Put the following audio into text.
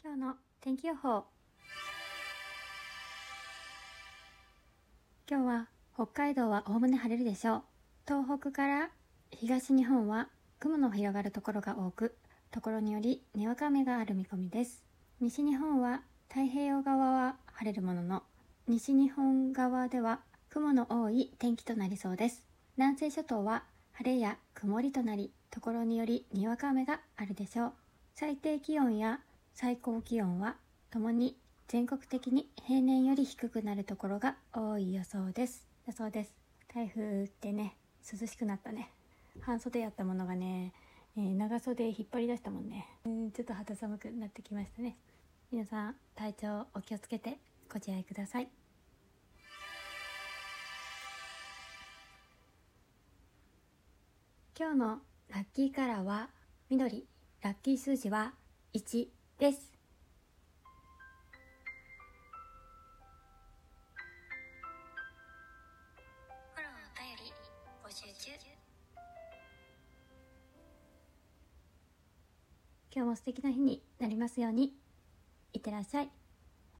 今日の天気予報。今日は北海道はおおむね晴れるでしょう。東北から東日本は雲の広がるところが多く、ところによりにわか雨がある見込みです。西日本は太平洋側は晴れるものの、西日本側では雲の多い天気となりそうです。南西諸島は晴れや曇りとなり、ところによりにわか雨があるでしょう。最低気温や最高気温はともに全国的に平年より低くなるところが多い予想です。台風ってね、涼しくなったね。半袖やったものがね、長袖引っ張り出したもんね。ちょっと肌寒くなってきましたね。皆さん体調お気をつけてご自愛ください。今日のラッキーカラーは緑、ラッキー数字は1です。フォローお便り募集中。今日も素敵な日になりますように。いってらっしゃい。